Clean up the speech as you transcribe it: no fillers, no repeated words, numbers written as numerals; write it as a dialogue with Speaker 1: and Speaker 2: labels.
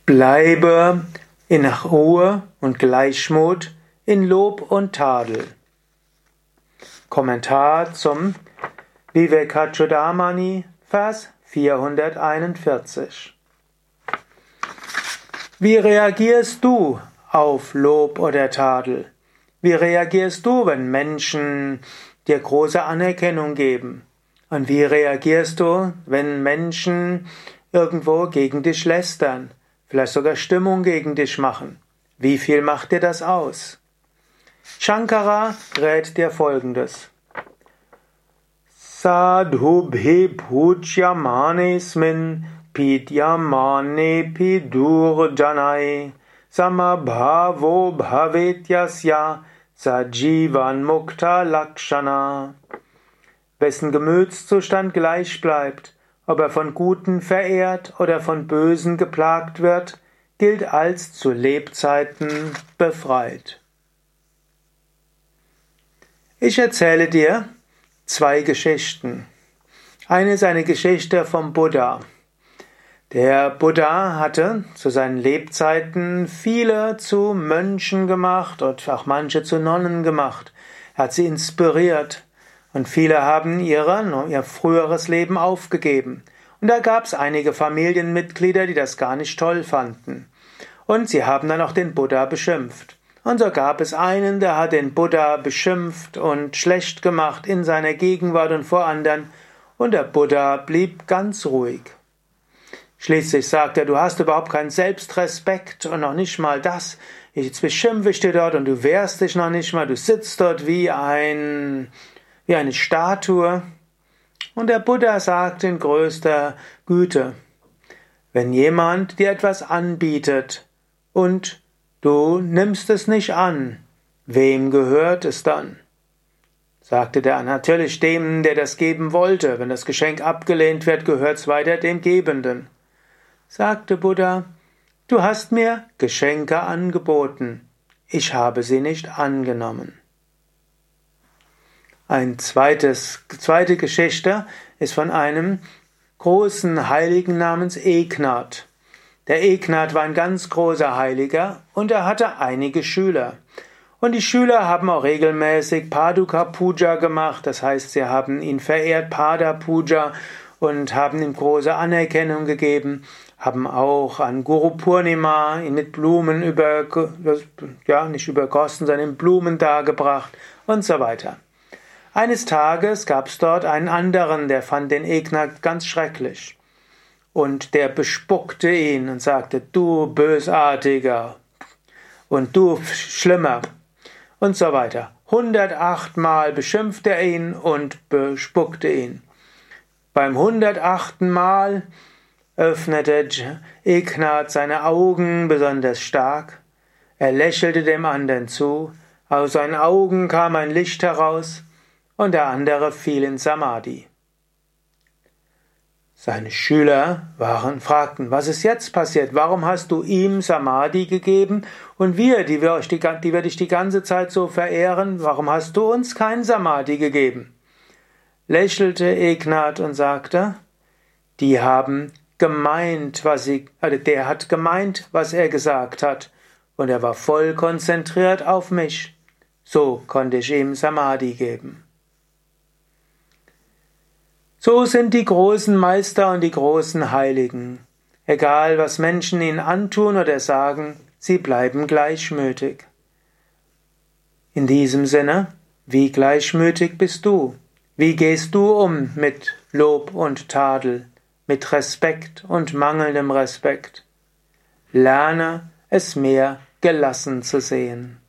Speaker 1: Bleibe in Ruhe und Gleichmut in Lob und Tadel. Kommentar zum Vivekachudamani, Vers 441. Wie reagierst du auf Lob oder Tadel? Wie reagierst du, wenn Menschen dir große Anerkennung geben? Und wie reagierst du, wenn Menschen irgendwo gegen dich lästern, vielleicht sogar Stimmung gegen dich machen? Wie viel macht dir das aus? Shankara rät dir Folgendes. Sadhubhi pujyamanesmin pidyamane pidurjanai samabhavo bhavetyasya sajivan mukta lakshana. Wessen Gemütszustand gleich bleibt, ob er von Guten verehrt oder von Bösen geplagt wird, gilt als zu Lebzeiten befreit. Ich erzähle dir zwei Geschichten. Eine ist eine Geschichte vom Buddha. Der Buddha hatte zu seinen Lebzeiten viele zu Mönchen gemacht und auch manche zu Nonnen gemacht. Er hat sie inspiriert. Und viele haben ihr früheres Leben aufgegeben. Und da gab es einige Familienmitglieder, die das gar nicht toll fanden. Und sie haben dann auch den Buddha beschimpft. Und so gab es einen, der hat den Buddha beschimpft und schlecht gemacht in seiner Gegenwart und vor anderen. Und der Buddha blieb ganz ruhig. Schließlich sagt er, du hast überhaupt keinen Selbstrespekt und noch nicht mal das. Jetzt beschimpfe ich dir dort und du wehrst dich noch nicht mal. Du sitzt dort wie eine Statue. Und der Buddha sagt in größter Güte, wenn jemand dir etwas anbietet und du nimmst es nicht an, wem gehört es dann? Sagte der, natürlich dem, der das geben wollte. Wenn das Geschenk abgelehnt wird, gehört es weiter dem Gebenden. Sagte Buddha, du hast mir Geschenke angeboten, ich habe sie nicht angenommen. Eine zweite Geschichte ist von einem großen Heiligen namens Eknath. Der Eknath war ein ganz großer Heiliger und er hatte einige Schüler. Und die Schüler haben auch regelmäßig Paduka Puja gemacht, das heißt, sie haben ihn verehrt, Pada Puja, und haben ihm große Anerkennung gegeben, haben auch an Guru Purnima ihn mit Blumen nicht übergossen, sondern in Blumen dargebracht und so weiter. Eines Tages gab es dort einen anderen, der fand den Eknath ganz schrecklich. Und der bespuckte ihn und sagte, du Bösartiger und du Schlimmer und so weiter. 108 Mal beschimpfte er ihn und bespuckte ihn. Beim 108. Mal öffnete Eknath seine Augen besonders stark. Er lächelte dem anderen zu, aus seinen Augen kam ein Licht heraus und der andere fiel in Samadhi. Seine Schüler fragten, was ist jetzt passiert? Warum hast du ihm Samadhi gegeben und wir, die wir dich die ganze Zeit so verehren, warum hast du uns kein Samadhi gegeben? Lächelte Eknath und sagte, die haben gemeint, der hat gemeint, was er gesagt hat, und er war voll konzentriert auf mich. So konnte ich ihm Samadhi geben. So sind die großen Meister und die großen Heiligen. Egal, was Menschen ihnen antun oder sagen, sie bleiben gleichmütig. In diesem Sinne, wie gleichmütig bist du? Wie gehst du um mit Lob und Tadel, mit Respekt und mangelndem Respekt? Lerne es mehr gelassen zu sehen.